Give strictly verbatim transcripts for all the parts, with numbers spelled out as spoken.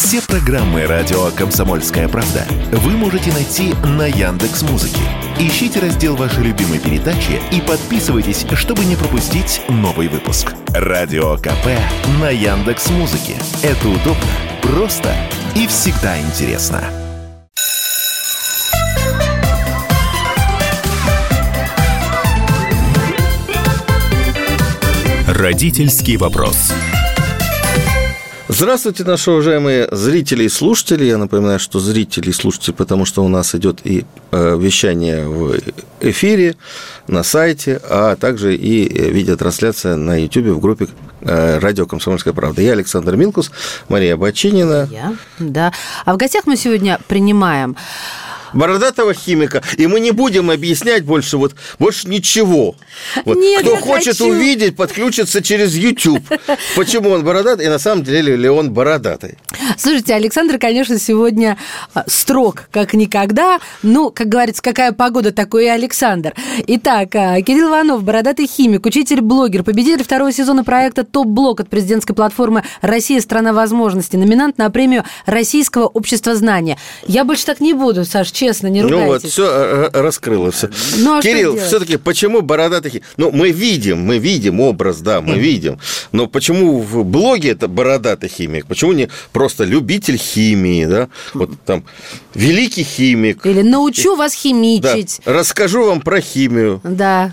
Все программы радио «Комсомольская правда» вы можете найти на Яндекс.Музыке. Ищите раздел вашей любимой передачи и подписывайтесь, чтобы не пропустить новый выпуск. Радио КП на Яндекс.Музыке. Это удобно, просто и всегда интересно. Родительский вопрос. Здравствуйте, наши уважаемые зрители и слушатели. Я напоминаю, что зрители и слушатели, потому что у нас идет и вещание в эфире, на сайте, а также и видеотрансляция на YouTube в группе «Радио Комсомольская правда». Я Александр Минкус, Мария Бочинина. Я, да. А в гостях мы сегодня принимаем... бородатого химика, и мы не будем объяснять больше, вот, больше ничего. Вот. Нет, кто я хочет хочу. увидеть, подключится через YouTube. Почему он бородатый, и на самом деле ли он бородатый. Слушайте, Александр, конечно, сегодня строг, как никогда. Ну, как говорится, какая погода, такой и Александр. Итак, Кирилл Иванов, бородатый химик, учитель-блогер, победитель второго сезона проекта «Топ-блок» от президентской платформы «Россия – страна возможностей», номинант на премию Российского общества знания. Я больше так не буду, Саш, честно, не ругайтесь. Ну вот, все раскрыло. Все. Ну, а Кирилл, все-таки почему бородатый химик? Ну, мы видим, мы видим образ, да, мы mm. видим. Но почему в блоге это бородатый химик? Почему не просто любитель химии, да? Вот там великий химик. Или научу вас химичить. Да. Расскажу вам про химию. Да.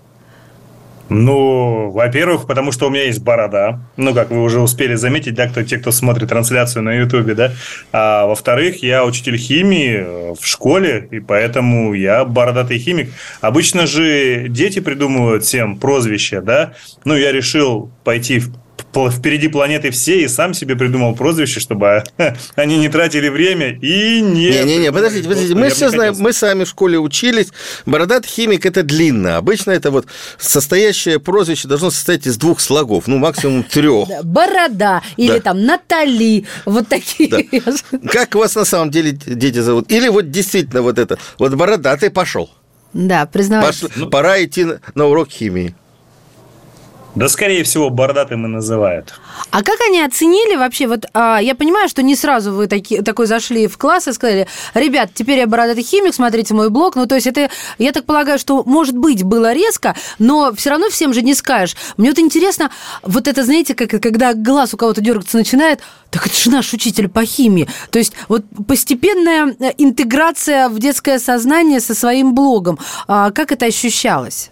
Ну, во-первых, потому что у меня есть борода. Ну, как вы уже успели заметить, да, кто, те, кто смотрит трансляцию на Ютубе, да. А во-вторых, я учитель химии в школе, и поэтому я бородатый химик. Обычно же дети придумывают всем прозвища, да. Ну, я решил пойти в впереди планеты все, и сам себе придумал прозвище, чтобы они не тратили время и не... Не-не-не, подождите, подождите, мы все знаем, мы сами в школе учились, бородатый химик – это длинно, обычно это вот состоящее прозвище должно состоять из двух слогов, ну, максимум трех. Борода, или там Натали, вот такие. Да. Как вас на самом деле дети зовут? Или вот действительно вот это, вот бородатый пошел. Да, признавайся. Пошли, пора идти на урок химии. Да, скорее всего, бородатым и называют. А как они оценили вообще? Вот а, я понимаю, что не сразу вы таки, такой зашли в класс и сказали: ребят, теперь я бородатый химик, смотрите мой блог. Ну, то есть это, я так полагаю, что, может быть, было резко, но все равно всем же не скажешь. Мне вот интересно, вот это, знаете, как, когда глаз у кого-то дергаться начинает, так это же наш учитель по химии. То есть вот постепенная интеграция в детское сознание со своим блогом. А как это ощущалось?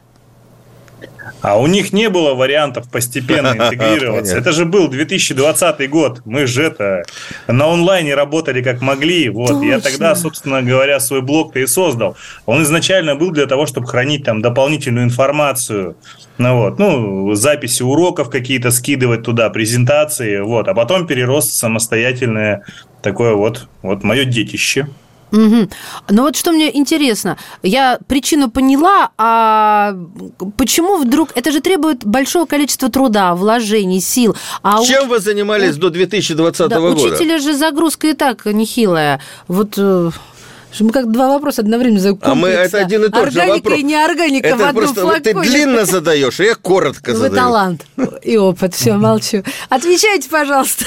А у них не было вариантов постепенно интегрироваться. Это же был две тысячи двадцатый год. Мы же это на онлайне работали как могли. Вот. Я тогда, собственно говоря, свой блог-то и создал. Он изначально был для того, чтобы хранить там дополнительную информацию. Ну, вот. ну, записи уроков какие-то скидывать туда, презентации. Вот. А потом перерос в самостоятельное такое вот, вот мое детище. Угу. Но вот что мне интересно, я причину поняла, а почему вдруг... Это же требует большого количества труда, вложений, сил. А Чем у... вы занимались у... до две тысячи двадцатого да, года? Учителя же загрузка и так нехилая. Вот... Мы как два вопроса одновременно задаем. А мы это один и тот же вопрос. Органика и неорганика это в одном просто флаконе. Вот ты длинно задаешь, а я коротко Вы задаю. талант и опыт. Все, молчу. Отвечайте, пожалуйста.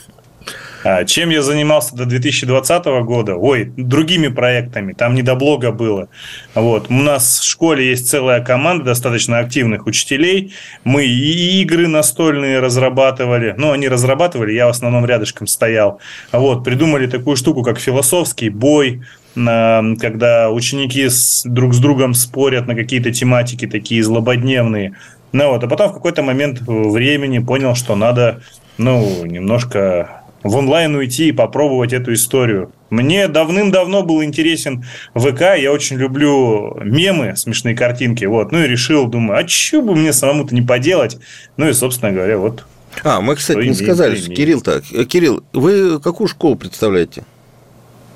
Чем я занимался до две тысячи двадцатого года? Ой, другими проектами, там не до блога было. Вот. У нас в школе есть целая команда достаточно активных учителей. Мы и игры настольные разрабатывали. Ну, они разрабатывали, я в основном рядышком стоял. Вот. Придумали такую штуку, как философский бой, когда ученики друг с другом спорят на какие-то тематики такие злободневные. Ну, вот. А потом в какой-то момент времени понял, что надо, ну, немножко... в онлайн уйти и попробовать эту историю. Мне давным-давно был интересен ВК, я очень люблю мемы, смешные картинки, вот, ну и решил, думаю, а чё бы мне самому-то не поделать? Ну и, собственно говоря, вот. А, мы, кстати, не сказали, Кирилл-то. Кирилл, вы какую школу представляете?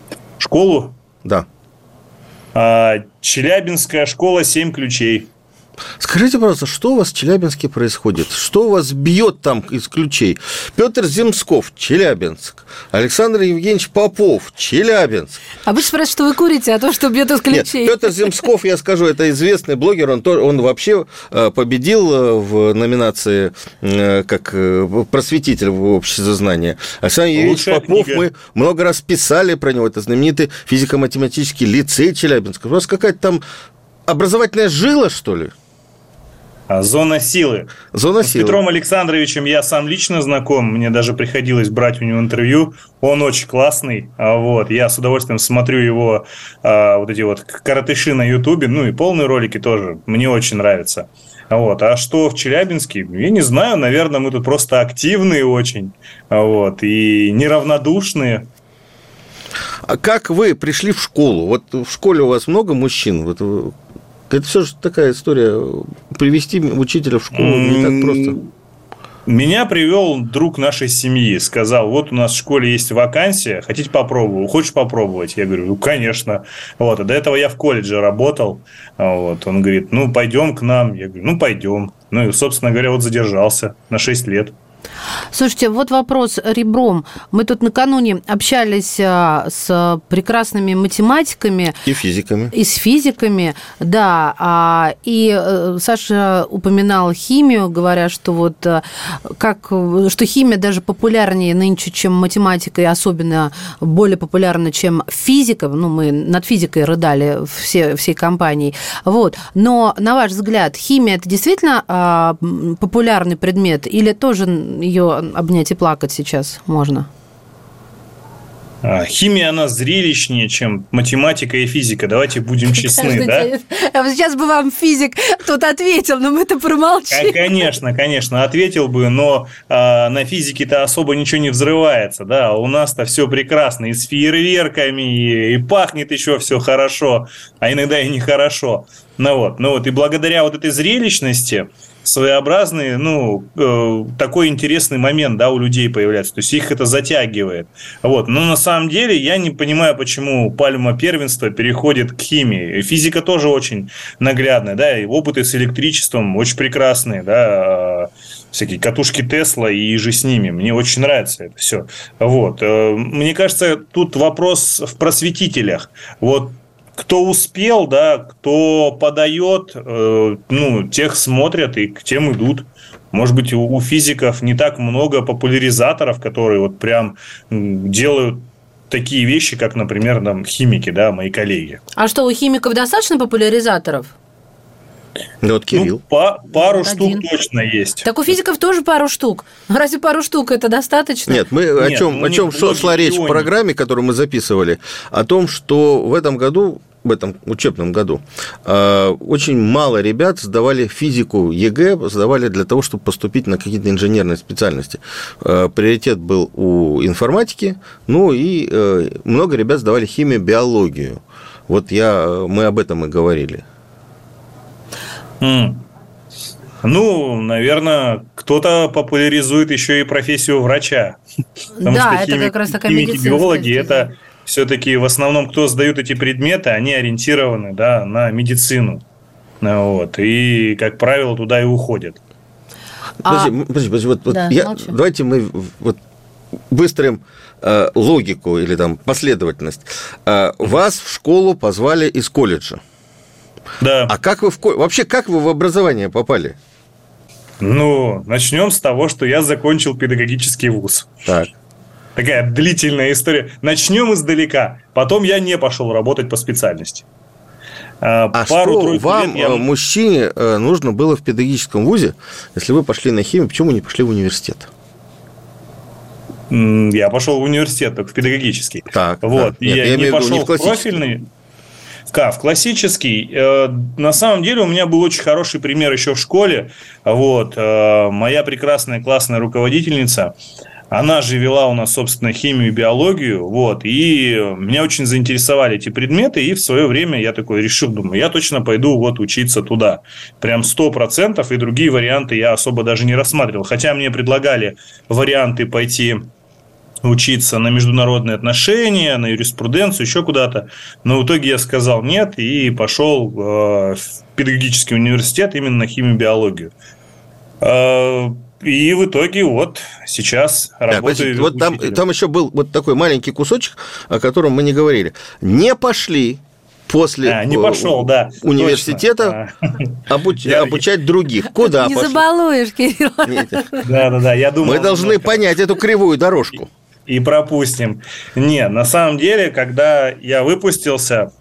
Школу? Да. А, Челябинская школа «Семь ключей». Скажите, пожалуйста, что у вас в Челябинске происходит? Что у вас бьет там из ключей? Петр Земсков, Челябинск. Александр Евгеньевич Попов, Челябинск. А вы спрашиваете, что вы курите, а то, что бьет из ключей. Нет, Петр Земсков, я скажу, это известный блогер, он, тоже, он вообще победил в номинации как просветитель в обществе знания. Александр Евгеньевич Попов, книга. Мы много раз писали про него, это знаменитый физико-математический лицей Челябинска. У вас какая-то там образовательная жила, что ли? Зона силы. Зона С силы. Петром Александровичем я сам лично знаком, мне даже приходилось брать у него интервью, он очень классный, вот, я с удовольствием смотрю его а, вот эти вот коротыши на ютубе, ну и полные ролики тоже, мне очень нравится. Вот. А что в Челябинске? Я не знаю, наверное, мы тут просто активные очень, вот, и неравнодушные. А как вы пришли в школу? Вот в школе у вас много мужчин, вот. Это все же такая история. Привести учителя в школу не так просто. Меня привел друг нашей семьи. Сказал, вот у нас в школе есть вакансия, хотите попробовать? Хочешь попробовать? Я говорю, ну, конечно. Вот. А до этого я в колледже работал. Вот. Он говорит, ну, пойдем к нам. Я говорю, ну, пойдем. Ну, и, собственно говоря, вот задержался на шесть лет. Слушайте, вот вопрос ребром. Мы тут накануне общались с прекрасными математиками. И физиками. И с физиками, да. И Саша упоминал химию, говоря, что вот как, что химия даже популярнее нынче, чем математика, и особенно более популярна, чем физика. Ну, мы над физикой рыдали все, всей компанией. Вот. Но, на ваш взгляд, химия – это действительно популярный предмет или тоже ее обнять и плакать сейчас можно? Химия, она зрелищнее, чем математика и физика. Давайте будем честны, да? Сейчас бы вам физик тут ответил, но мы-то промолчим. Конечно, конечно, ответил бы, но а, на физике-то особо ничего не взрывается, да, у нас-то все прекрасно, и с фейерверками, и, и пахнет еще все хорошо, а иногда и нехорошо. Ну вот, ну вот, и благодаря вот этой зрелищности своеобразный, ну, э, такой интересный момент, да, у людей появляется. То есть, их это затягивает. Вот. Но на самом деле я не понимаю, почему пальма первенства переходит к химии. Физика тоже очень наглядная, да, и опыты с электричеством очень прекрасные, да, всякие катушки Тесла и же с ними. Мне очень нравится это все. Вот. Мне кажется, тут вопрос в просветителях. Вот. Кто успел, да, кто подает, э, ну, тех смотрят и к тем идут. Может быть, у, у физиков не так много популяризаторов, которые вот прям делают такие вещи, как, например, там, химики, да, мои коллеги. А что, у химиков достаточно популяризаторов? Да, вот Кирилл. Ну, по, пару вот штук один. точно есть. Так у физиков тоже пару штук. Разве пару штук это достаточно? Нет, мы Нет, о чем, ну, о чем шла, шла речь в программе, которую мы записывали, о том, что в этом году, в этом учебном году, очень мало ребят сдавали физику ЕГЭ, сдавали для того, чтобы поступить на какие-то инженерные специальности. Приоритет был у информатики, ну и много ребят сдавали химию, биологию. Вот я, мы об этом и говорили. Mm. Ну, наверное, кто-то популяризует еще и профессию врача. Потому да, что это химик, как раз такая химики, медицинская биологи, стезя. Это все-таки в основном, кто сдают эти предметы, они ориентированы, да, на медицину. Вот, и, как правило, туда и уходят. А... Подожди, подожди, подожди, вот, да, вот я, давайте мы вот выстроим э, логику или там последовательность. Э, вас в школу позвали из колледжа. Да. А как вы в вообще как вы в образование попали? Ну, начнем с того, что я закончил педагогический вуз. Так. Такая длительная история. Начнем издалека. Потом я не пошел работать по специальности. А Пару, что вам, я... мужчине, нужно было в педагогическом вузе, если вы пошли на химию, почему не пошли в университет? Я пошел в университет, только в педагогический. Так, вот. Да. Нет, я, я не пошел в, не в профильный. Да, в классический. На самом деле у меня был очень хороший пример еще в школе. Вот. Моя прекрасная классная руководительница, она же вела у нас, собственно, химию и биологию. Вот. И меня очень заинтересовали эти предметы. И в свое время я такой решил, думаю, я точно пойду вот учиться туда. Прям сто процентов. И другие варианты я особо даже не рассматривал. Хотя мне предлагали варианты пойти учиться на международные отношения, на юриспруденцию, еще куда-то. Но в итоге я сказал нет и пошел в педагогический университет именно на химию-биологию. И в итоге вот сейчас так, работаю вот там, там еще был вот такой маленький кусочек, о котором мы не говорили. Не пошли после а, не пошел, да, университета обуч... я... обучать других. Куда не пошли? Не забалуешь, Кирилл. Да-да-да, я думал... Мы должны понять эту кривую дорожку. И пропустим. Не, на самом деле, когда я выпустился,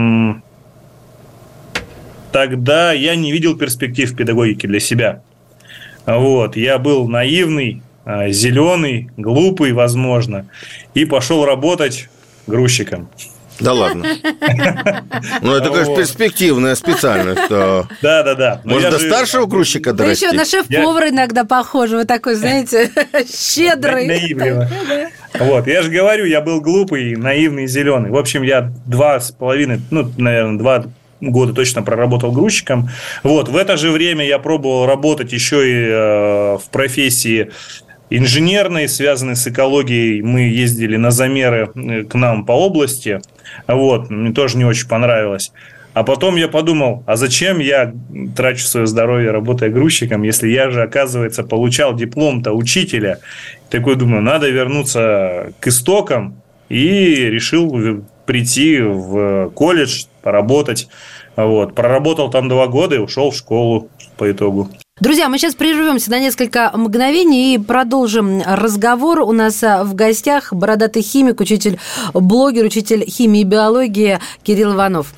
тогда я не видел перспектив педагогики для себя. Вот, я был наивный, зеленый, глупый, возможно, и пошел работать грузчиком. Да ладно. Ну, это, конечно, перспективная специальность. Да, да, да. Может, до старшего грузчика дорасти? Вы еще на шеф-повара иногда похожи. Вы такой, знаете, щедрый. Наивный. Вот, я же говорю, я был глупый, наивный, зеленый. В общем, я два с половиной, ну, наверное, два года точно проработал грузчиком. Вот, в это же время я пробовал работать еще и э, в профессии инженерной, связанной с экологией. Мы ездили на замеры к нам по области. Вот, мне тоже не очень понравилось. А потом я подумал, а зачем я трачу свое здоровье, работая грузчиком, если я же, оказывается, получал диплом-то учителя. Такой думаю, надо вернуться к истокам, и решил прийти в колледж, поработать. Вот. Проработал там два года и ушел в школу по итогу. Друзья, мы сейчас прервемся на несколько мгновений и продолжим разговор. У нас в гостях бородатый химик, учитель, блогер, учитель химии и биологии Кирилл Иванов.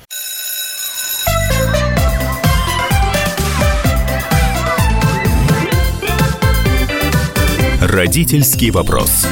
Родительский вопрос.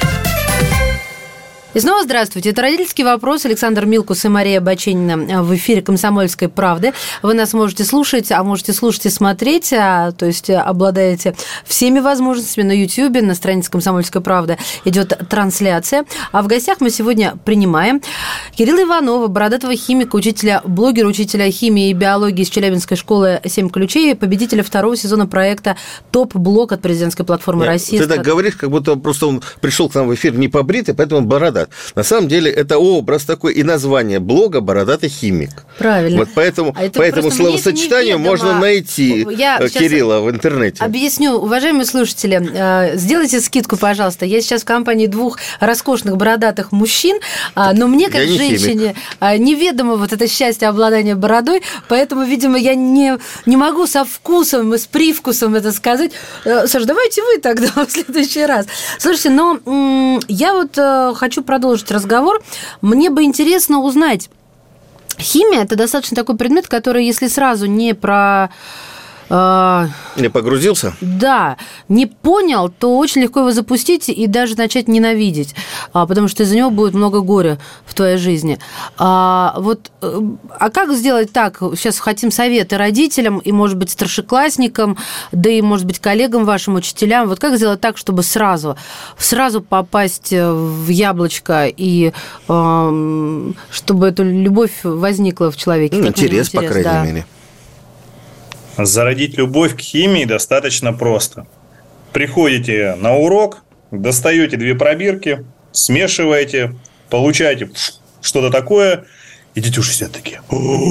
И снова здравствуйте. Это «Родительский вопрос». Александр Милкус и Мария Баченина в эфире «Комсомольской правды». Вы нас можете слушать, а можете слушать и смотреть, а, то есть обладаете всеми возможностями на YouTube, на странице «Комсомольской правды» идет трансляция. А в гостях мы сегодня принимаем Кирилла Иванова, бородатого химика, учителя, блогера, учителя химии и биологии из Челябинской школы «Семь ключей», победителя второго сезона проекта «Топ-блог» от президентской платформы Нет, России. Ты так говоришь, как будто просто он пришел к нам в эфир не побритый, поэтому он бородатый. На самом деле это образ такой и название блога «Бородатый химик». Правильно. Вот поэтому, а поэтому словосочетанию можно найти Я Кирилла в интернете. Объясню, уважаемые слушатели, сделайте скидку, пожалуйста. Я сейчас в компании двух роскошных бородатых мужчин, но мне, как женщине, неведомо вот это счастье обладания бородой, поэтому, видимо, я не, не могу со вкусом и с привкусом это сказать. Саша, давайте вы тогда в следующий раз. Слушайте, но я вот хочу продолжить разговор. Мне бы интересно узнать, химия – это достаточно такой предмет, который, если сразу не про... Не погрузился? Да, не понял, то очень легко его запустить и даже начать ненавидеть, потому что из-за него будет много горя в твоей жизни. А, вот, а как сделать так? Сейчас хотим советы родителям и, может быть, старшеклассникам, да и, может быть, коллегам вашим, учителям. Вот как сделать так, чтобы сразу, сразу попасть в яблочко и э, чтобы эта любовь возникла в человеке? Ну, интерес, интерес, по крайней да. мере. Зародить любовь к химии достаточно просто. Приходите на урок, достаете две пробирки, смешиваете, получаете что-то такое, и детюши сидят такие.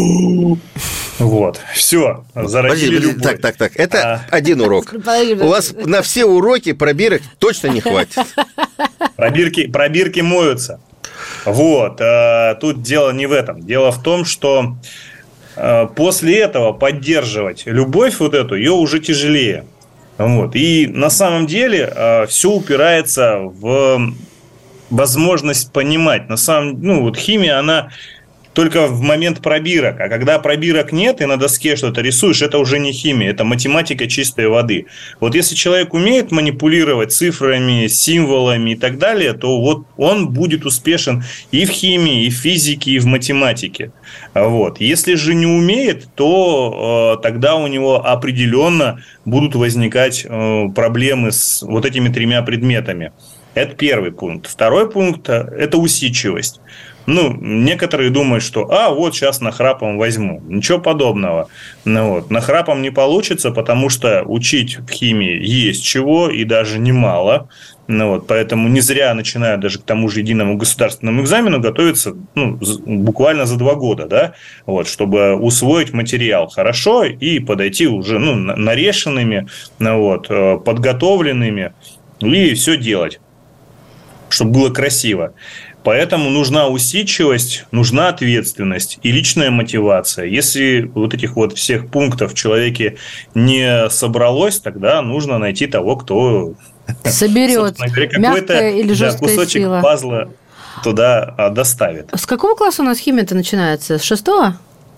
Вот, все, зародили подожди, любовь. Так, так, так, это а... один урок. У вас на все уроки пробирок точно не хватит. Пробирки, пробирки моются. Вот, тут дело не в этом. Дело в том, что после этого поддерживать любовь вот эту, ее уже тяжелее. Вот. И на самом деле все упирается в возможность понимать. На самом, ну, вот химия, она только в момент пробирок. А когда пробирок нет, и на доске что-то рисуешь, это уже не химия, это математика чистой воды. Вот если человек умеет манипулировать цифрами, символами и так далее, то вот он будет успешен и в химии, и в физике, и в математике. Вот. Если же не умеет, то э, тогда у него определенно будут возникать э, проблемы с вот этими тремя предметами. Это первый пункт. Второй пункт – это усидчивость. Ну, некоторые думают, что, а, вот сейчас нахрапом возьму. Ничего подобного. Ну, вот. Нахрапом не получится, потому что учить в химии есть чего, и даже немало. Ну, вот. Поэтому не зря начинают даже к тому же единому государственному экзамену готовиться ну, буквально за два года, да? Вот, чтобы усвоить материал хорошо и подойти уже ну, нарешенными, ну, вот, подготовленными и все делать, чтобы было красиво. Поэтому нужна усидчивость, нужна ответственность и личная мотивация. Если вот этих вот всех пунктов в человеке не собралось, тогда нужно найти того, кто соберет мягкая или жесткая да, кусочек сила. Пазла туда доставит. С какого класса у нас химия-то начинается? С шестого?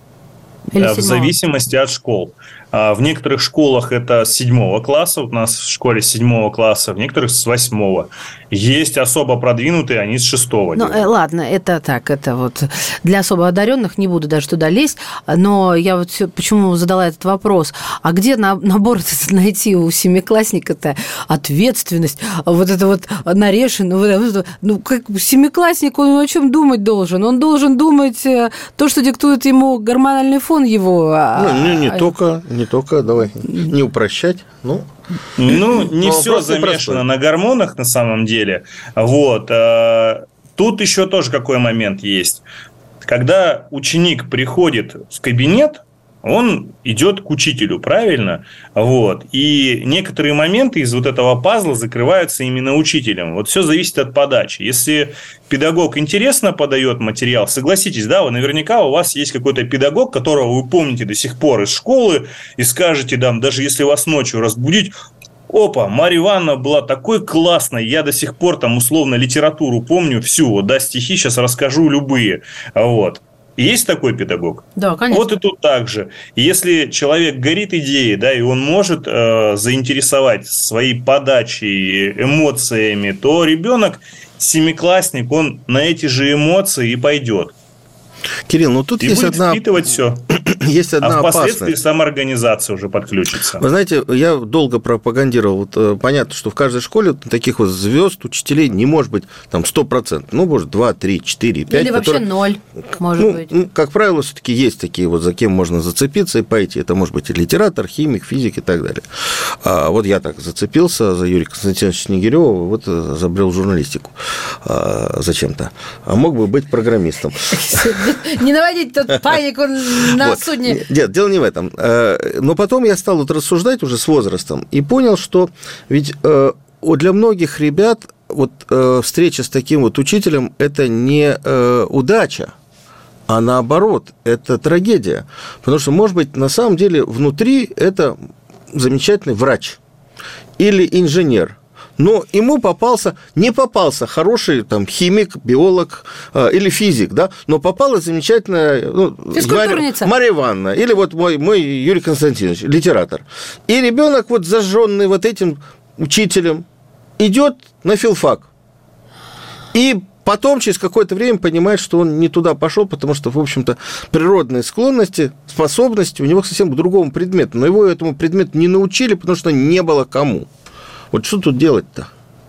Или в зависимости от школ. В некоторых школах это с седьмого класса, у нас в школе с седьмого класса, в некоторых с восьмого. Есть особо продвинутые, они с шестого. Ну, э, ладно, это так, это вот для особо одаренных, не буду даже туда лезть, но я вот все, почему задала этот вопрос, а где на, набор найти у семиклассника-то ответственность, вот это вот нарешено, вот это, ну, как семиклассник, он о чем думать должен? Он должен думать то, что диктует ему гормональный фон его. Ну, не, не только, не только, давай, не упрощать, ну... Ну, не все замешано простой. На гормонах на самом деле. Вот. Тут еще тоже какой момент есть. Когда ученик приходит в кабинет, он идет к учителю, правильно? Вот. И некоторые моменты из вот этого пазла закрываются именно учителем. Вот все зависит от подачи. Если педагог интересно подает материал, согласитесь, да, вы наверняка у вас есть какой-то педагог, которого вы помните до сих пор из школы, и скажете, да, даже если вас ночью разбудить, опа, Марья Ивановна была такой классной, я до сих пор там условно литературу помню всю, вот, да, стихи сейчас расскажу любые, вот. Есть такой педагог? Да, конечно. Вот и тут так же. Если человек горит идеей, да, и он может э, заинтересовать своей подачей, эмоциями, то ребенок, семиклассник, он на эти же эмоции и пойдет. Кирилл, ну тут и есть будет одна... впитывать все. Есть одна а впоследствии опасность. Самоорганизация уже подключится. Вы знаете, я долго пропагандировал. Вот, понятно, что в каждой школе таких вот звезд, учителей не может быть там сто процентов. Ну, может, два, три, четыре, пять. Или вообще которые... ноль, может ну, быть. Ну, как правило, все-таки есть такие вот, за кем можно зацепиться и пойти. Это может быть и литератор, химик, физик и так далее. А вот я так зацепился за Юрия Константиновича Снегирёва, вот забрел журналистику а, зачем-то. А мог бы быть программистом. Не наводить тут панику на судне. Нет, дело не в этом. Но потом я стал вот рассуждать уже с возрастом и понял, что ведь для многих ребят вот встреча с таким вот учителем – это не удача, а наоборот, это трагедия. Потому что, может быть, на самом деле внутри это замечательный врач или инженер, но ему попался, не попался хороший там, химик, биолог э, или физик, да, но попалась замечательная ну, Марья, Марья Ивановна, или вот мой, мой Юрий Константинович, литератор. И ребенок, вот зажженный вот этим учителем, идет на филфак. И потом, через какое-то время, понимает, что он не туда пошел, потому что, в общем-то, природные склонности, способности у него совсем к другому предмету. Но его этому предмету не научили, потому что не было кому. Вот что тут делать-то?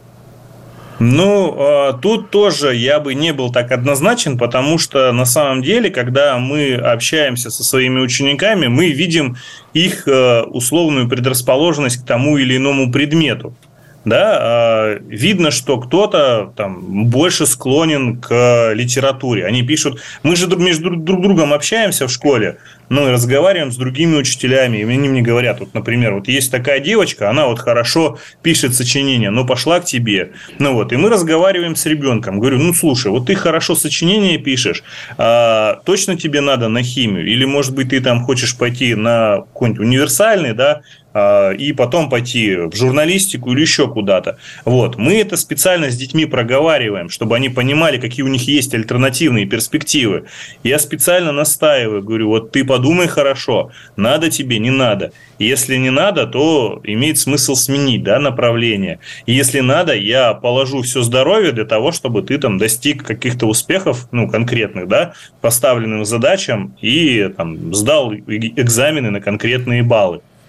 Ну, тут тоже я бы не был так однозначен, потому что на самом деле, когда мы общаемся со своими учениками, мы видим их условную предрасположенность к тому или иному предмету. Да, видно, что кто-то там больше склонен к литературе. Они пишут, мы же между друг другом общаемся в школе, ну и разговариваем с другими учителями, и они мне говорят, вот, например, вот есть такая девочка, она вот хорошо пишет сочинения, но пошла к тебе, ну вот, и мы разговариваем с ребенком, говорю, ну слушай, вот ты хорошо сочинения пишешь, а точно тебе надо на химию, или может быть ты там хочешь пойти на какой-нибудь универсальный, да, и потом пойти в журналистику или еще куда-то. Вот. Мы это специально с детьми проговариваем, чтобы они понимали, какие у них есть альтернативные перспективы. Я специально настаиваю, говорю, вот ты подумай хорошо, надо тебе, не надо. Если не надо, то имеет смысл сменить, да, направление. И если надо, я положу все здоровье для того, чтобы ты там достиг каких-то успехов, ну, конкретных, да, поставленным задачам и там, сдал экзамены на конкретные баллы.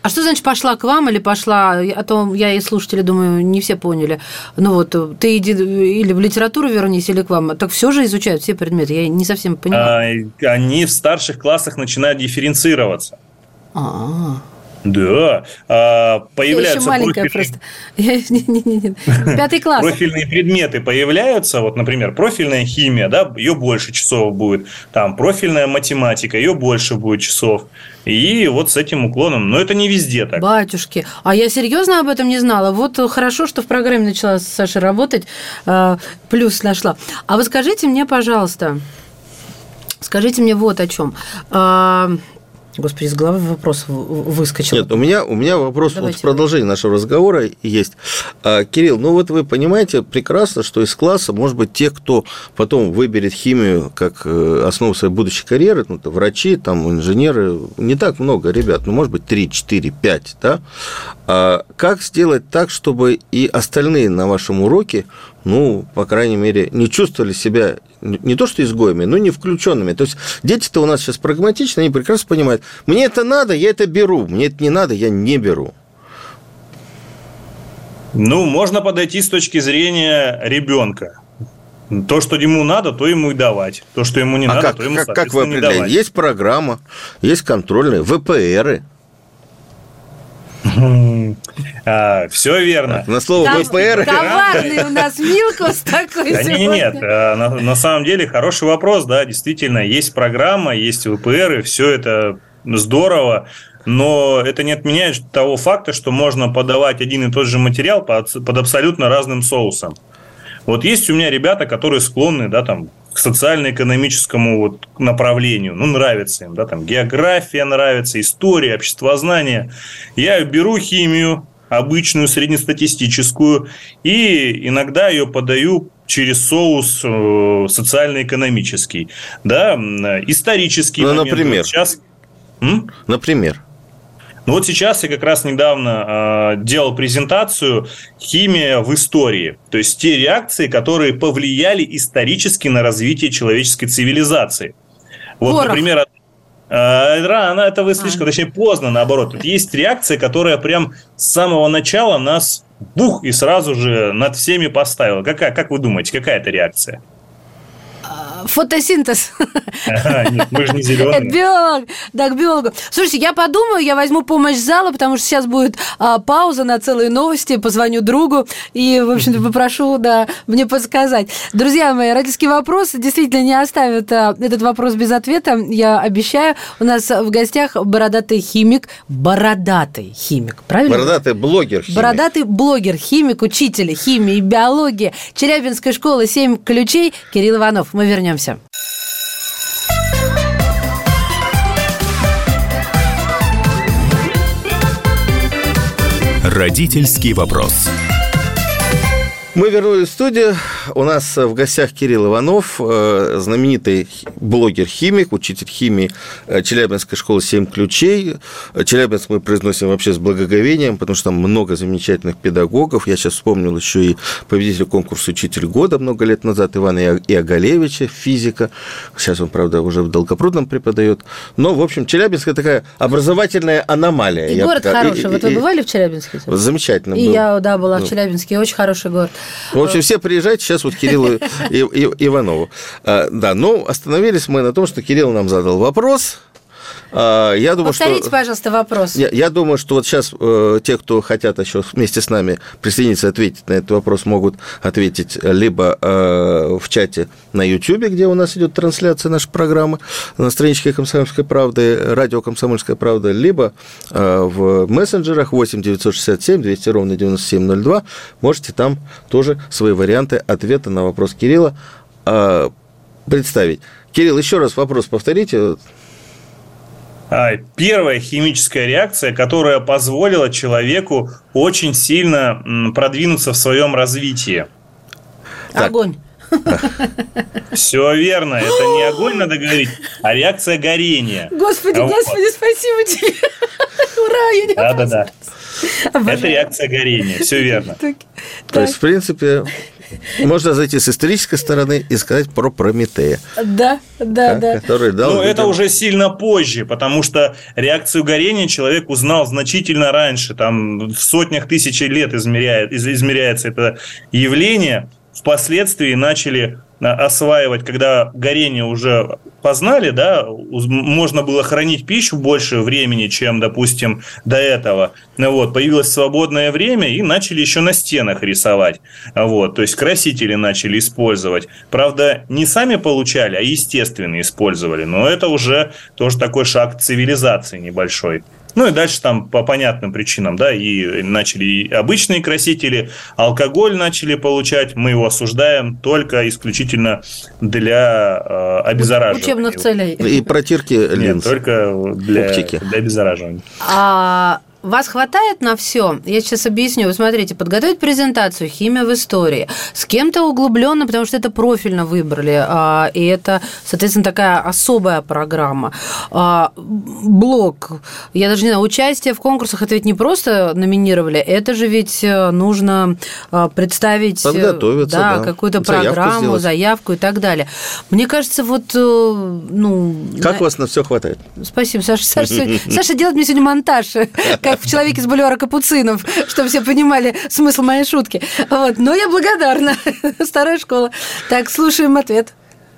А что значит пошла к вам или пошла? А то я и слушатели, думаю, не все поняли. Ну вот, ты иди или в литературу вернись, или к вам. Так все же изучают, все предметы. Я не совсем понимаю. А, они в старших классах начинают дифференцироваться. А-а-а. Да, появляются еще маленькая профильные... просто. Пятый класс. Профильные предметы появляются, вот, например, профильная химия, да, ее больше часов будет, там профильная математика, ее больше будет часов, и вот с этим уклоном, но это не везде так. Батюшки, а я серьезно об этом не знала. Вот хорошо, что в программе начала с Сашей работать, плюс нашла. А вы скажите мне, пожалуйста, скажите мне вот о чем. Господи, из головы вопрос выскочил. Нет, у меня, у меня вопрос вот в продолжении нашего разговора есть. А, Кирилл, ну вот вы понимаете прекрасно, что из класса, может быть, те, кто потом выберет химию как основу своей будущей карьеры, ну, врачи, там, инженеры, не так много ребят, ну, может быть, три, четыре, пять, да? А как сделать так, чтобы и остальные на вашем уроке, ну, по крайней мере, не чувствовали себя не то что изгоями, но не включенными. То есть дети-то у нас сейчас прагматичны, они прекрасно понимают, мне это надо, я это беру, мне это не надо, я не беру. Ну, можно подойти с точки зрения ребенка. То, что ему надо, то ему и давать. То, что ему не а надо, как, то ему, как, соответственно, как вы определяете? не давать. Есть программа, есть контрольные, вэ пэ эры. А, все верно. Так, на слово вэ пэ эр. Коварный у нас Милкус такой да сегодня. Нет, нет, на, на самом деле хороший вопрос, да, действительно, есть программа, есть вэ пэ эр, и все это здорово, но это не отменяет того факта, что можно подавать один и тот же материал под, под абсолютно разным соусом. Вот есть у меня ребята, которые склонны, да, там, к социально-экономическому вот направлению, ну, нравится им, да, там, география нравится, история, обществознание. Я беру химию, обычную, среднестатистическую, и иногда ее подаю через соус социально-экономический, да, исторический ну, момент. Например? Вот сейчас... М? Например? Ну, вот сейчас я как раз недавно э, делал презентацию «Химия в истории». То есть, те реакции, которые повлияли исторически на развитие человеческой цивилизации. Вот, Порох. например, э, рано, это вы слишком, а. точнее, поздно, наоборот. Тут есть реакция, которая прям с самого начала нас, бух, и сразу же над всеми поставила. Какая, как вы думаете, какая это реакция? Фотосинтез. Ага, нет, мы же не зеленые. Это биолог. Да, к биологу. Слушайте, я подумаю, я возьму помощь зала, потому что сейчас будет а, пауза на целые новости, позвоню другу и, в общем-то, попрошу, да, мне подсказать. Друзья мои, родительский вопрос действительно не оставит а, этот вопрос без ответа, я обещаю. У нас в гостях бородатый химик, бородатый химик, правильно? Бородатый блогер-химик. Бородатый блогер-химик, учитель химии и биологии Челябинской школы «Семь ключей» Кирилл Иванов. Мы вернемся. Родительский вопрос. Мы вернулись в студию. У нас в гостях Кирилл Иванов, знаменитый блогер-химик, учитель химии Челябинской школы «Семь ключей». Челябинск мы произносим вообще с благоговением, потому что там много замечательных педагогов. Я сейчас вспомнил еще и победителя конкурса «Учитель года» много лет назад, Ивана Иогалевича, физика. Сейчас он, правда, уже в Долгопрудном преподает. Но, в общем, Челябинск – это такая образовательная аномалия. И я город пока... хороший. И, вот и, вы бывали в Челябинске? Замечательно. И был. я, да, была ну. в Челябинске. Очень хороший город. В общем, все приезжайте сейчас вот к Кириллу Иванову. Да, но остановились мы на том, что Кирилл нам задал вопрос. Я думаю, Повторите, что, пожалуйста, вопрос. Я, я думаю, что вот сейчас э, те, кто хотят еще вместе с нами присоединиться, ответить на этот вопрос, могут ответить либо э, в чате на YouTube, где у нас идет трансляция нашей программы, на страничке «Комсомольской правды», радио «Комсомольская правда», либо э, в мессенджерах восемь девятьсот шестьдесят семь двести ровно девяносто семь ноль два. Можете там тоже свои варианты ответа на вопрос Кирилла э, представить. Кирилл, еще раз вопрос повторите. Первая химическая реакция, которая позволила человеку очень сильно продвинуться в своем развитии. Так. Огонь. Все верно. Это не огонь, надо говорить, а реакция горения. Господи, вот. Господи, спасибо тебе. Ура, я не Да-да-да. Это реакция горения. Все верно. То есть, в принципе, Можно зайти с исторической стороны и сказать про Прометея. Да, да, да. Который дал Ну, людям... это уже сильно позже, потому что реакцию горения человек узнал значительно раньше. Там в сотнях тысяч лет измеряет, измеряется это явление. Впоследствии начали осваивать, когда горение уже познали, да, можно было хранить пищу больше времени, чем, допустим, до этого. Вот, появилось свободное время, и начали еще на стенах рисовать. Вот, то есть красители начали использовать. Правда, не сами получали, а естественно использовали. Но это уже тоже такой шаг цивилизации небольшой. Ну и дальше там по понятным причинам, да, и начали и обычные красители, алкоголь начали получать, мы его осуждаем только исключительно для э, обеззараживания. Учебных целей. И протирки линз. Нет, только для, оптики. для обеззараживания. А вас хватает на все? Я сейчас объясню. Вы смотрите, подготовить презентацию «Химия в истории» с кем-то углубленно, потому что это профильно выбрали, а, и это, соответственно, такая особая программа. А, блог, я даже не знаю, участие в конкурсах, это ведь не просто номинировали, это же ведь нужно представить, подготовиться, да, да. какую-то Заявку программу, сделать. заявку и так далее. Мне кажется, вот, ну... Как у вас на все хватает? Спасибо, Саша. Саша, Саша делает мне сегодня монтаж, как в «Человеке из бульвара Капуцинов», чтобы все понимали смысл моей шутки. Вот. Но я благодарна. Старая школа. Так, слушаем ответ.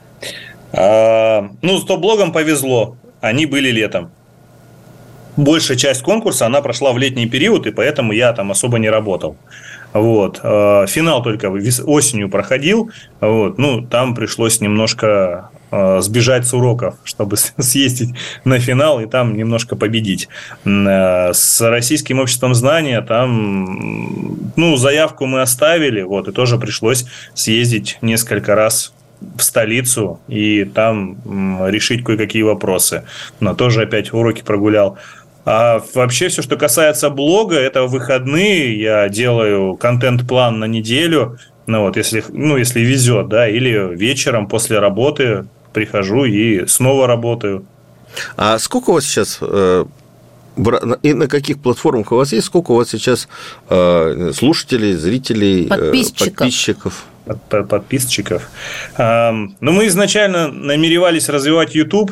А, ну, с топ-блогом повезло. Они были летом. Большая часть конкурса, она прошла в летний период, и поэтому я там особо не работал. Вот. Финал только осенью проходил. Вот. Ну, там пришлось немножко сбежать с уроков, чтобы съездить на финал и там немножко победить. С Российским обществом знания там, ну, заявку мы оставили, вот, и тоже пришлось съездить несколько раз в столицу и там решить кое-какие вопросы. Но тоже опять уроки прогулял. А вообще все, что касается блога, это выходные, я делаю контент-план на неделю, ну вот, если, ну, если везет, да, или вечером после работы прихожу и снова работаю. А сколько у вас сейчас, и на каких платформах у вас есть, сколько у вас сейчас слушателей, зрителей, подписчиков? подписчиков? Подписчиков. Ну, мы изначально намеревались развивать YouTube.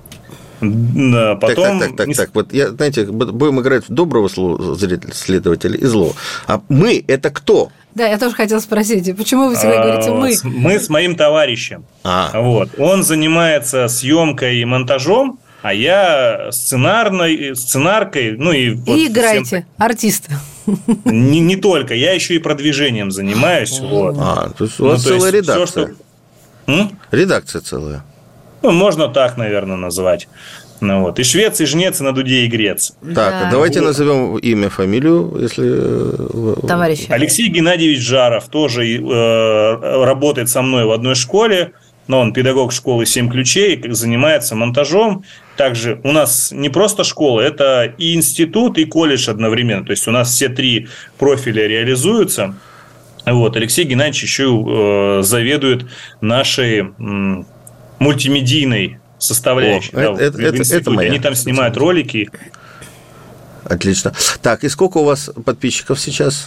Да, потом... Так, так, так, так, так. Вот я, знаете, будем играть в доброго следователя и злого. А мы – это кто? Да, я тоже хотела спросить, почему вы всегда говорите «мы»? Мы с моим товарищем. А. Вот. Он занимается съемкой и монтажом, а я сценарной, сценаркой, ну и... Вот и играете, всем... артиста. Не, не только, я еще и продвижением занимаюсь. Вот. А, то есть у вас ну, целая редакция. Все, что... М? Редакция целая. Ну, можно так, наверное, назвать. Ну, вот. И швец, и жнец, и на дуде, и грец. Так, да. Давайте вот. Назовем имя, фамилию, если... Товарищ. Алексей Геннадьевич Жаров тоже э, работает со мной в одной школе, но он педагог школы «Семь ключей», занимается монтажом. Также у нас не просто школа, это и институт, и колледж одновременно. То есть у нас все три профиля реализуются. Вот. Алексей Геннадьевич еще э, заведует нашей... М- мультимедийной составляющей. О, да, это, в, это, в это моя. Они там снимают ролики. Отлично. Так, и сколько у вас подписчиков сейчас?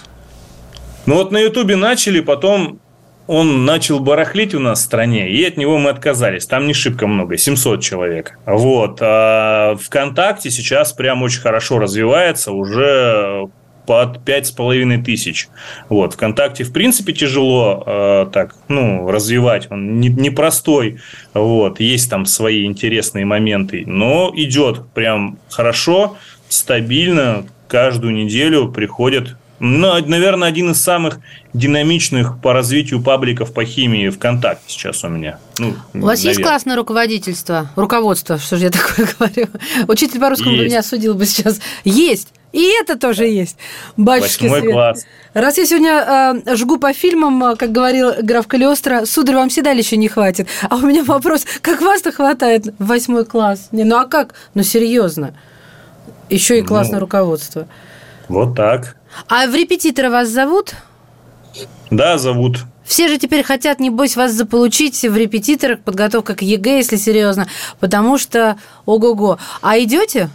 Ну вот на Ютубе начали, потом он начал барахлить у нас в стране, и от него мы отказались. Там не шибко много, семьсот человек. Вот. А ВКонтакте сейчас прям очень хорошо развивается, уже... под пять с половиной тысяч. Вот. ВКонтакте, в принципе, тяжело э, так, ну, развивать. Он непростой. Не вот. Есть там свои интересные моменты. Но идет прям хорошо, стабильно. Каждую неделю приходят. Ну, наверное, один из самых динамичных по развитию пабликов по химии ВКонтакте сейчас у меня. Ну, у вас наверное. Есть классное руководительство? Руководство, что же я такое говорю? Учитель по-русскому бы меня осудил бы сейчас. Есть! И это тоже есть. Батюшки Восьмой свет. Класс. Раз я сегодня э, жгу по фильмам, как говорил граф Калиостро, сударь, вам седалища не хватит. А у меня вопрос, как вас-то хватает в восьмой класс? Не, ну а как? Ну, серьезно. Еще и классное ну, руководство. Вот так. А в репетитора вас зовут? Да, зовут. Все же теперь хотят, небось, вас заполучить в репетиторах, подготовка к ЕГЭ, если серьезно, потому что ого-го. А идете?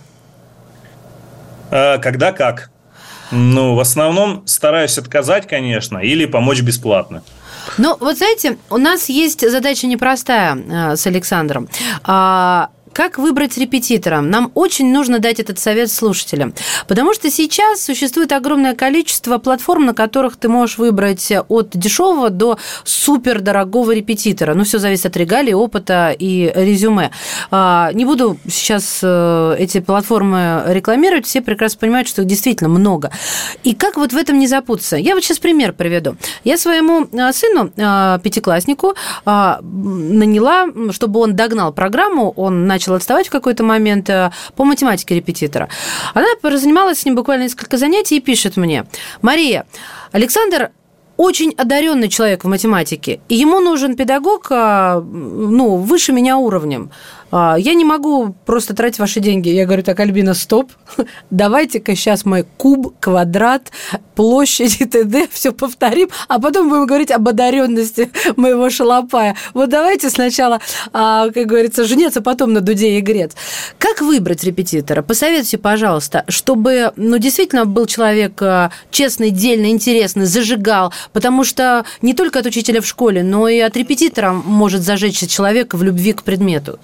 Когда как. Ну, в основном стараюсь отказать, конечно, или помочь бесплатно. Ну, вот знаете, у нас есть задача непростая с Александром. Как выбрать репетитора? Нам очень нужно дать этот совет слушателям, потому что сейчас существует огромное количество платформ, на которых ты можешь выбрать от дешевого до супердорогого репетитора. Ну, все зависит от регалий, опыта и резюме. Не буду сейчас эти платформы рекламировать, все прекрасно понимают, что их действительно много. И как вот в этом не запутаться? Я вот сейчас пример приведу. Я своему сыну, пятикласснику, наняла, чтобы он догнал программу, он начал отставать в какой-то момент по математике репетитора. Она занималась с ним буквально несколько занятий и пишет мне: Мария, Александр очень одаренный человек в математике, и ему нужен педагог, ну, выше меня уровнем. Я не могу просто тратить ваши деньги. Я говорю: так, Альбина, стоп. Давайте-ка сейчас мы куб, квадрат, площадь и т.д. все повторим, а потом будем говорить об одаренности моего шалопая. Вот давайте сначала, как говорится, жениться, потом на дуде и грец. Как выбрать репетитора? Посоветуйте, пожалуйста, чтобы, ну, действительно был человек честный, дельный, интересный, зажигал, потому что не только от учителя в школе, но и от репетитора может зажечься человек в любви к предмету.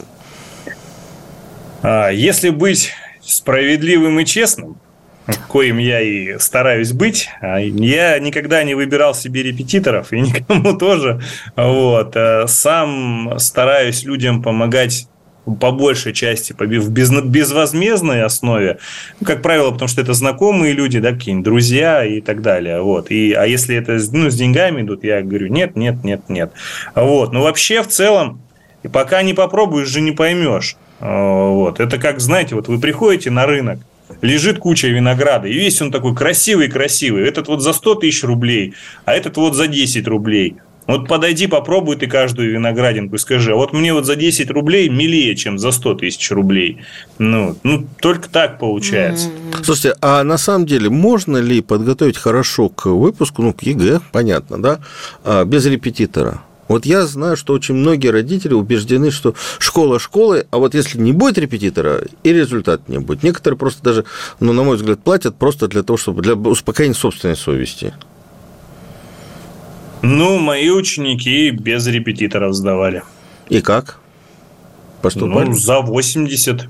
Если быть справедливым и честным, коим я и стараюсь быть, я никогда не выбирал себе репетиторов, и никому тоже. Вот. Сам стараюсь людям помогать по большей части в безвозмездной основе, ну, как правило, потому что это знакомые люди, да, какие-нибудь друзья и так далее. Вот. И, а если это, ну, с деньгами идут, я говорю: нет, нет, нет, нет. Вот. Но вообще в целом, пока не попробуешь, же не поймешь. Вот. Это как, знаете, вот вы приходите на рынок, лежит куча винограда, и весь он такой красивый-красивый. Этот вот за сто тысяч рублей, а этот вот за десять рублей. Вот подойди, попробуй ты каждую виноградинку и скажи: а вот мне вот за десять рублей милее, чем за сто тысяч рублей. Ну, ну, только так получается. Слушайте, а на самом деле можно ли подготовить хорошо к выпуску, ну, к ЕГЭ, понятно, да, без репетитора? Вот я знаю, что очень многие родители убеждены, что школа школой, а вот если не будет репетитора, и результат не будет. Некоторые просто даже, ну, на мой взгляд, платят просто для того, чтобы для успокоения собственной совести. Ну, мои ученики без репетиторов сдавали. И как? Поступали? Ну, за восемьдесят.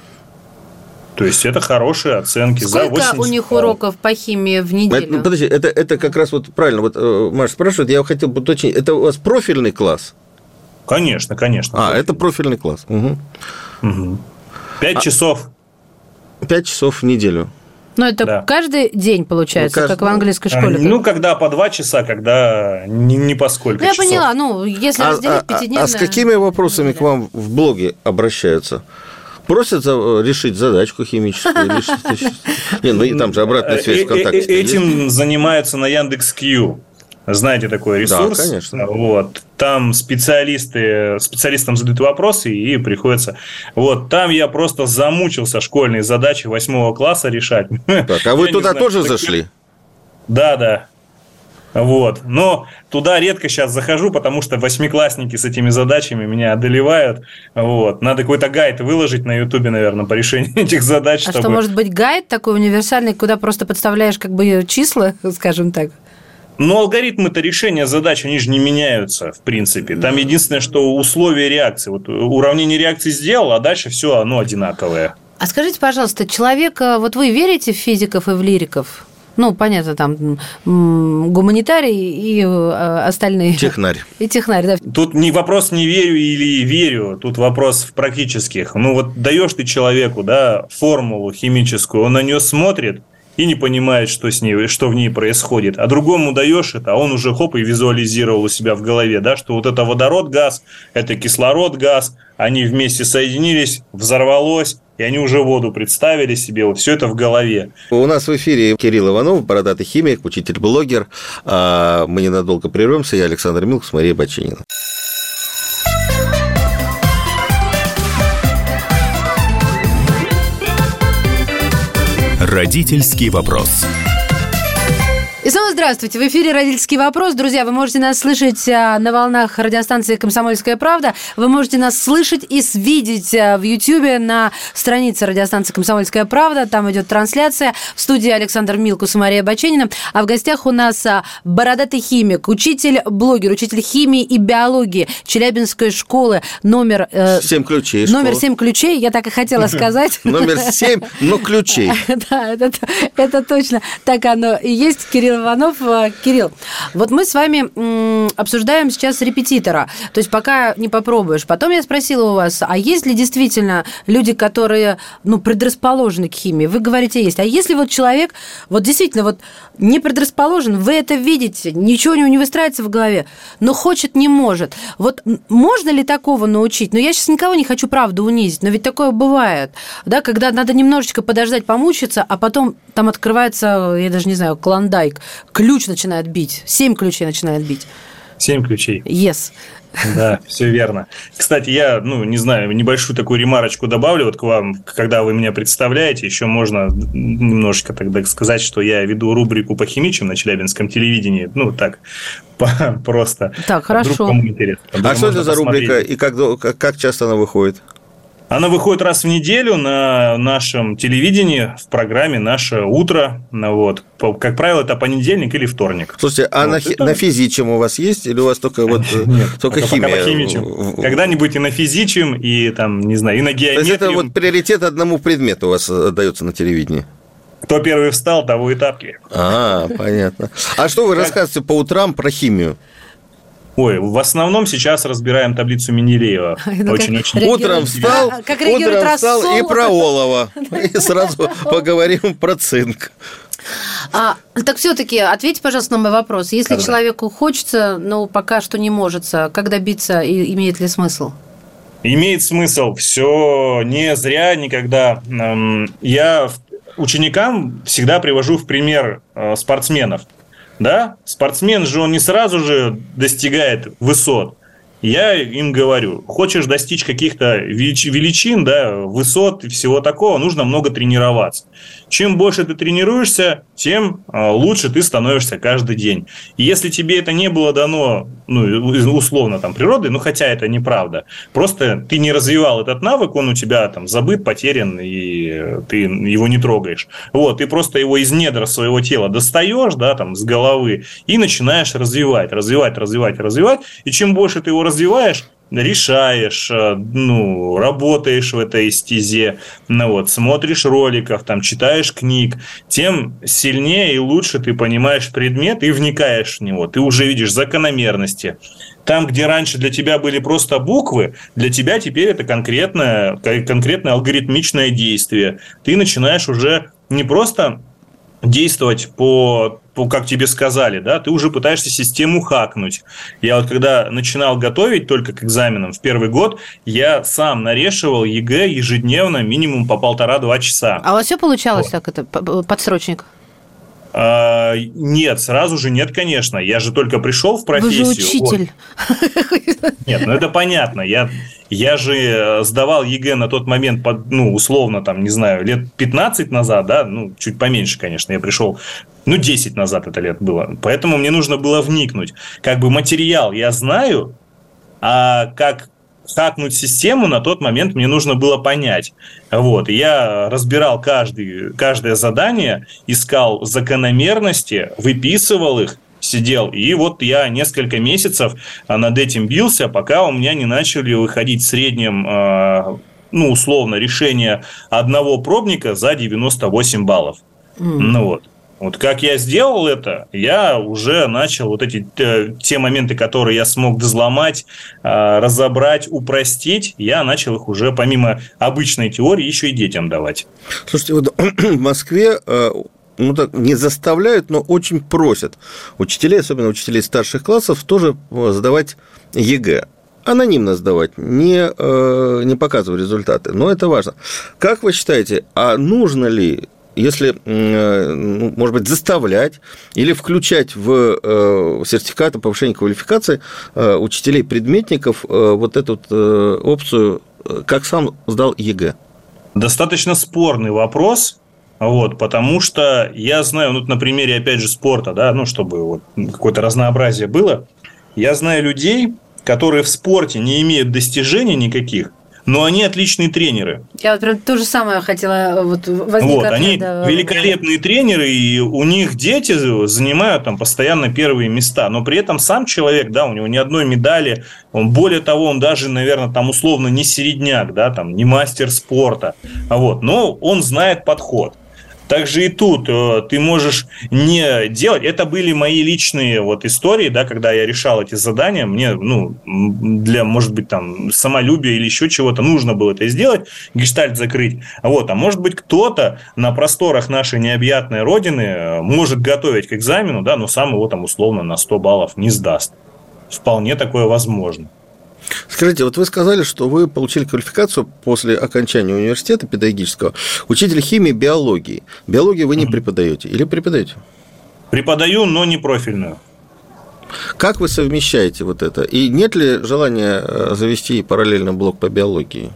То есть, это хорошие оценки. Сколько за восемьдесят у них уроков по химии в неделю? Это, подожди, это, это как раз вот правильно. Вот Маша спрашивает, я хотел бы уточнить, это у вас профильный класс? Конечно, конечно. А, профильный. Это профильный класс. Угу. Угу. Пять а, часов. Пять часов в неделю. Ну, это да. Каждый день, получается, ну, каждый... как в английской школе. Ну, когда по два часа, когда не, не по сколько ну, часов. Я поняла, ну, если а, разделить а, пятидневно... А с какими вопросами к вам в блоге обращаются? Просят решить задачку химическую? Не, ну, там же обратная связь ВКонтакте. Этим занимаются на Яндекс.Кью. Знаете такой ресурс? Да, конечно. Вот. Там специалисты, специалистам задают вопросы, и приходится... Вот. Там я просто замучился школьные задачи восьмого класса решать. Так, а вы туда тоже зашли? Да, да. Вот. Но туда редко сейчас захожу, потому что восьмиклассники с этими задачами меня одолевают. Вот. Надо какой-то гайд выложить на Ютубе, наверное, по решению этих задач. А чтобы... что, может быть, гайд такой универсальный, куда просто подставляешь как бы числа, скажем так? Но алгоритмы-то решения задач, они же не меняются, в принципе. Там единственное, что условия реакции. Вот уравнение реакции сделал, а дальше все оно одинаковое. А скажите, пожалуйста, человек, вот вы верите в физиков и в лириков? Ну, понятно, там гуманитарий и остальные. Технарь. И технарь, да. Тут не вопрос не верю или верю, тут вопрос в практических. Ну, вот даешь ты человеку, да, формулу химическую, он на нее смотрит и не понимает, что с ней, что в ней происходит. А другому даешь это, а он уже хоп и визуализировал у себя в голове, да, что вот это водород, газ, это кислород, газ, они вместе соединились, взорвалось, и они уже воду представили себе, вот все это в голове. У нас в эфире Кирилл Иванов, бородатый химик, учитель-блогер. Мы ненадолго прервемся. Я Александр Милкус, Мария Баченина. Родительский вопрос. И снова здравствуйте. В эфире «Родительский вопрос». Друзья, вы можете нас слышать на волнах радиостанции «Комсомольская правда». Вы можете нас слышать и видеть в Ютьюбе на странице радиостанции «Комсомольская правда». Там идет трансляция. В студии Александр Милкус и Мария Баченина. А в гостях у нас бородатый химик, учитель-блогер, учитель химии и биологии Челябинской школы номер... Семь ключей. Номер семь ключей, я так и хотела сказать. Номер семь, но ключей. Да, это точно. Так оно и есть. Кирилл Иванов. Кирилл, вот мы с вами обсуждаем сейчас репетитора, то есть пока не попробуешь. Потом я спросила у вас, а есть ли действительно люди, которые, ну, предрасположены к химии? Вы говорите, есть. А если вот человек, вот действительно, вот не предрасположен, вы это видите, ничего у него не выстраивается в голове, но хочет, не может. Вот можно ли такого научить? Ну, я сейчас никого не хочу, правда, унизить, но ведь такое бывает, да, когда надо немножечко подождать, помучиться, а потом там открывается, я даже не знаю, клондайк, ключ начинает бить, семь ключей начинает бить. Семь ключей. Yes. Да, все верно. Кстати, я, ну, не знаю, небольшую такую ремарочку добавлю. Вот к вам, когда вы меня представляете, еще можно немножечко тогда сказать, что я веду рубрику по химичам на челябинском телевидении. Ну, так, просто. Так, хорошо. А что это за рубрика и как, как часто она выходит? Она выходит раз в неделю на нашем телевидении в программе «Наше утро». Вот. Как правило, это понедельник или вторник. Слушайте, а вот на, это... на физичем у вас есть или у вас только, вот, Нет, только химия? Пока по химичам. Когда-нибудь и на физичем, и там, не знаю, и на геометрию. То есть это вот приоритет одному предмету у вас отдается на телевидении? Кто первый встал, того и тапки. А, понятно. А что вы как... рассказываете по утрам про химию? Ой, в основном сейчас разбираем таблицу Менделеева. Очень-очень. Утром встал, утром встал и про олово. И сразу поговорим про цинк. А, так все-таки ответьте, пожалуйста, на мой вопрос. Если Когда? человеку хочется, но пока что не может, как добиться, и имеет ли смысл? Имеет смысл. Все не зря никогда. Я ученикам всегда привожу в пример спортсменов. Да, спортсмен же, он не сразу же достигает высот. Я им говорю, хочешь достичь каких-то величин, да, высот и всего такого, нужно много тренироваться. Чем больше ты тренируешься, тем лучше ты становишься каждый день. И если тебе это не было дано, ну, условно, там, природой, ну, хотя это неправда, просто ты не развивал этот навык, он у тебя там забыт, потерян, и ты его не трогаешь. Вот, ты просто его из недр своего тела достаешь, да, там, с головы, и начинаешь развивать, развивать, развивать, развивать, и чем больше ты его развиваешь, решаешь, ну, работаешь в этой стезе, ну, вот, смотришь роликов, там, читаешь книг, тем сильнее и лучше ты понимаешь предмет и вникаешь в него. Ты уже видишь закономерности. Там, где раньше для тебя были просто буквы, для тебя теперь это конкретное, конкретное алгоритмичное действие. Ты начинаешь уже не просто действовать по, по, как тебе сказали, да, ты уже пытаешься систему хакнуть. Я вот когда начинал готовить только к экзаменам в первый год, я сам нарешивал ЕГЭ ежедневно минимум по полтора-два часа. А у вас все получалось вот. Так, это подсрочник? А, нет, сразу же нет, конечно. Я же только пришел в профессию. Вы же учитель. Вот. Нет, ну это понятно. Я, я же сдавал ЕГЭ на тот момент, ну, условно, там, не знаю, лет пятнадцать назад, да, ну, чуть поменьше, конечно. Я пришел, ну, десять назад это лет было. Поэтому мне нужно было вникнуть. Как бы материал я знаю, а как хакнуть систему на тот момент мне нужно было понять. Вот. И я разбирал каждый, каждое задание, искал закономерности, выписывал их, сидел. И вот я несколько месяцев над этим бился, пока у меня не начали выходить в среднем, ну, условно, решение одного пробника за девяносто восемь баллов. Mm. Ну вот. Вот как я сделал это, я уже начал вот эти те моменты, которые я смог взломать, разобрать, упростить, я начал их уже помимо обычной теории еще и детям давать. Слушайте, вот в Москве ну, так, не заставляют, но очень просят учителей, особенно учителей старших классов, тоже сдавать ЕГЭ. Анонимно сдавать, не, не показывая результаты, но это важно. Как вы считаете, а нужно ли, если, ну, может быть, заставлять или включать в сертификаты повышения квалификации учителей-предметников вот эту опцию, как сам сдал ЕГЭ? Достаточно спорный вопрос. Вот, потому что я знаю, ну, на примере, опять же, спорта, да, ну, чтобы вот какое-то разнообразие было, я знаю людей, которые в спорте не имеют достижений никаких, но они отличные тренеры. Я вот прям то же самое хотела вот возникнуть. Вот, они да, великолепные да. тренеры, и у них дети занимают там постоянно первые места, но при этом сам человек, да, у него ни одной медали, он, более того, он даже, наверное, там условно не середняк, да, там не мастер спорта, вот, но он знает подход. Также и тут ты можешь не делать. Это были мои личные вот истории, да, когда я решал эти задания. Мне, ну, для, может быть, там, самолюбия или еще чего-то нужно было это сделать, гештальт закрыть. Вот. А может быть, кто-то на просторах нашей необъятной родины может готовить к экзамену, да, но сам его там условно на сто баллов не сдаст. Вполне такое возможно. Скажите, вот вы сказали, что вы получили квалификацию после окончания университета педагогического учителя химии и биологии. Биологию вы не преподаете или преподаете? Преподаю, но не профильную. Как вы совмещаете вот это? И нет ли желания завести параллельно блок по биологии?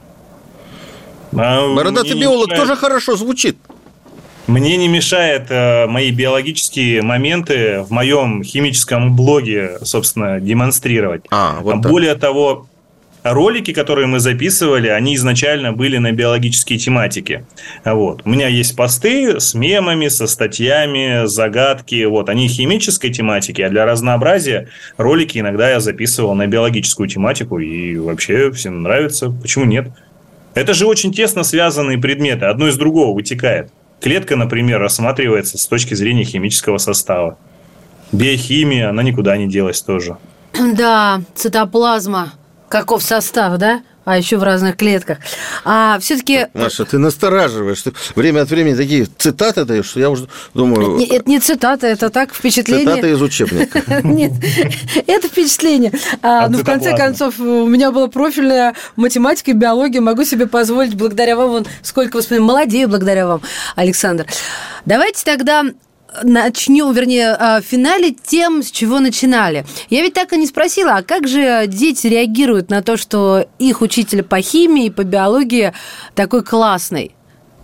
А бородатый биолог мешает... тоже хорошо звучит. Мне не мешает э, мои биологические моменты в моем химическом блоге, собственно, демонстрировать. А, вот Более так. того, ролики, которые мы записывали, они изначально были на биологические тематики. Вот. У меня есть посты с мемами, со статьями, загадки. Вот. Они химической тематики, а для разнообразия ролики иногда я записывал на биологическую тематику. И вообще всем нравится. Почему нет? Это же очень тесно связанные предметы. Одно из другого вытекает. Клетка, например, рассматривается с точки зрения химического состава. Биохимия, она никуда не делась тоже. Да, цитоплазма. Каков состав, да? А еще в разных клетках. А все-таки... Маша, ты настораживаешь. Ты время от времени такие цитаты даешь, что я уже думаю... Это, это не цитата, это так впечатление. Цитата из учебника. Нет, это впечатление. Ну, в конце концов, у меня была профильная математика и биология. Могу себе позволить, благодаря вам, сколько воспоминаний. Молодею благодаря вам, Александр. Давайте тогда... начнем, вернее, в финале тем, с чего начинали. Я ведь так и не спросила, а как же дети реагируют на то, что их учитель по химии и по биологии такой классный?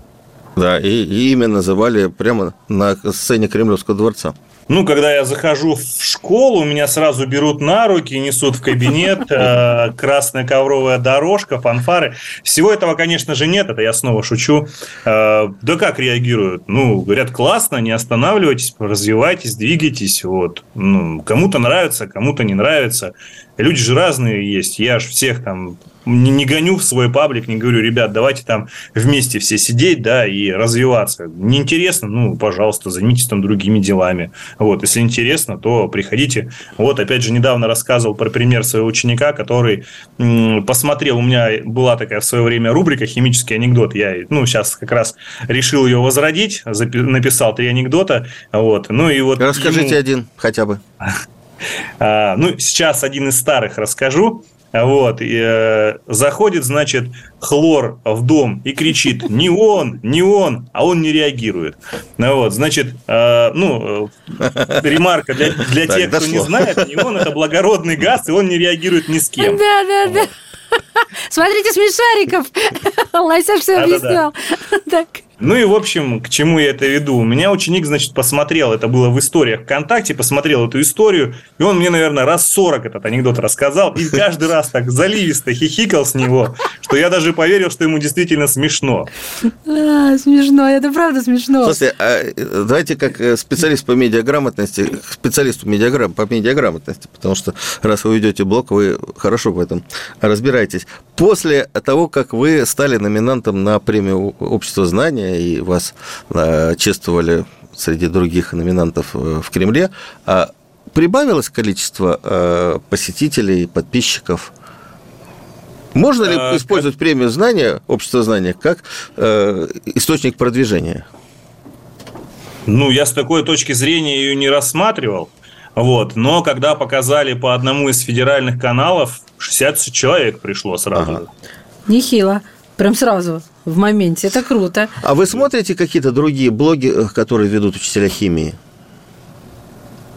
Да, и, и имя называли прямо на сцене Кремлевского дворца. Ну, когда я захожу в школу, меня сразу берут на руки, несут в кабинет, э, красная ковровая дорожка, фанфары. Всего этого, конечно же, нет, это я снова шучу. Э, да как реагируют? Ну, говорят, классно, не останавливайтесь, развивайтесь, двигайтесь. Вот. Ну, кому-то нравится, кому-то не нравится. Люди же разные есть. Я же всех там не, не гоню в свой паблик, не говорю, ребят, давайте там вместе все сидеть, да, и развиваться. Неинтересно, ну, пожалуйста, займитесь там другими делами. Вот, если интересно, то приходите. Вот, опять же, недавно рассказывал про пример своего ученика, который м, посмотрел, у меня была такая в свое время рубрика «Химический анекдот». Я, ну, сейчас как раз решил ее возродить, запи- написал три анекдота. Вот, ну, и вот расскажите ему... один хотя бы. А, ну, сейчас один из старых расскажу. Вот, и, э, заходит, значит, хлор в дом и кричит: не он, не он, а он не реагирует. Ну, вот, значит, э, ну, э, ремарка для, для тех, кто не знает, не он, это благородный газ, и он не реагирует ни с кем. Да, да, да. Смотрите, смешариков. Лося все объяснял. Так. Ну и, в общем, к чему я это веду? У меня ученик, значит, посмотрел, это было в историях ВКонтакте, посмотрел эту историю, и он мне, наверное, раз сорок этот анекдот рассказал, и каждый раз так заливисто хихикал с него, что я даже поверил, что ему действительно смешно. А, смешно, это правда смешно. Слушайте, а давайте как специалист по медиаграмотности, специалисту медиаграм, по медиаграмотности, потому что раз вы ведете блог, вы хорошо в этом разбираетесь. После того, как вы стали номинантом на премию «Общество знания», и вас чествовали среди других номинантов в Кремле, прибавилось количество посетителей, подписчиков? Можно ли а, использовать как... премию знания, общество знания, как источник продвижения? Ну, я с такой точки зрения ее не рассматривал. Вот. Но когда показали по одному из федеральных каналов, шестьдесят человек пришло сразу. Ага. Нехило. Прям сразу, в моменте. Это круто. А вы смотрите какие-то другие блоги, которые ведут учителя химии?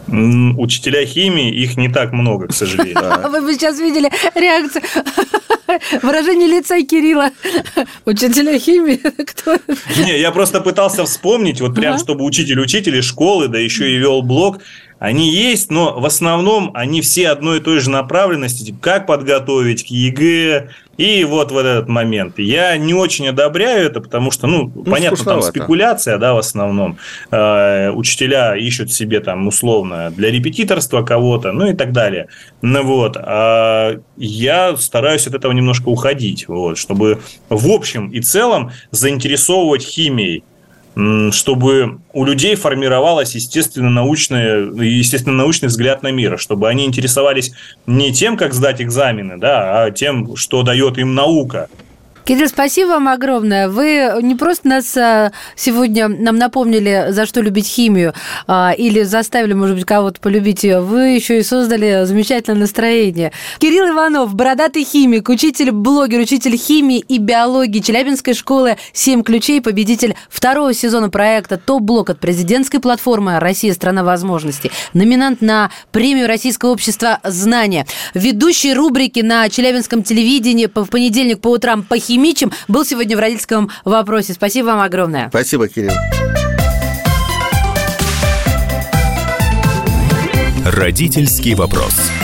Учителя химии, их не так много, к сожалению. Вы бы сейчас видели реакцию Выражение лица Кирилла, учителя химии. Кто? Не, я просто пытался вспомнить, вот прям, ага. чтобы учитель-учитель из школы, да еще и вел блог. Они есть, но в основном они все одной и той же направленности, типа, как подготовить к ЕГЭ, и вот в этот момент. Я не очень одобряю это, потому что, ну, ну понятно, там спекуляция, да, в основном. Э, учителя ищут себе там условно для репетиторства кого-то, ну и так далее. Ну вот, а я стараюсь от этого немножко уходить, вот, чтобы в общем и целом заинтересовывать химией, чтобы у людей формировалась естественно-научная, естественно-научный взгляд на мир, чтобы они интересовались не тем, как сдать экзамены, да, а тем, что дает им наука. Кирилл, спасибо вам огромное. Вы не просто нас сегодня нам напомнили, за что любить химию, или заставили, может быть, кого-то полюбить ее, вы еще и создали замечательное настроение. Кирилл Иванов, бородатый химик, учитель, блогер, учитель химии и биологии Челябинской школы «Семь ключей», победитель второго сезона проекта «Топ-блок» от президентской платформы «Россия – страна возможностей», номинант на премию Российского общества знания, ведущий рубрики на Челябинском телевидении в понедельник по утрам по химии, Химичем был сегодня в «Родительском вопросе». Спасибо вам огромное. Спасибо, Кирилл. Родительский вопрос.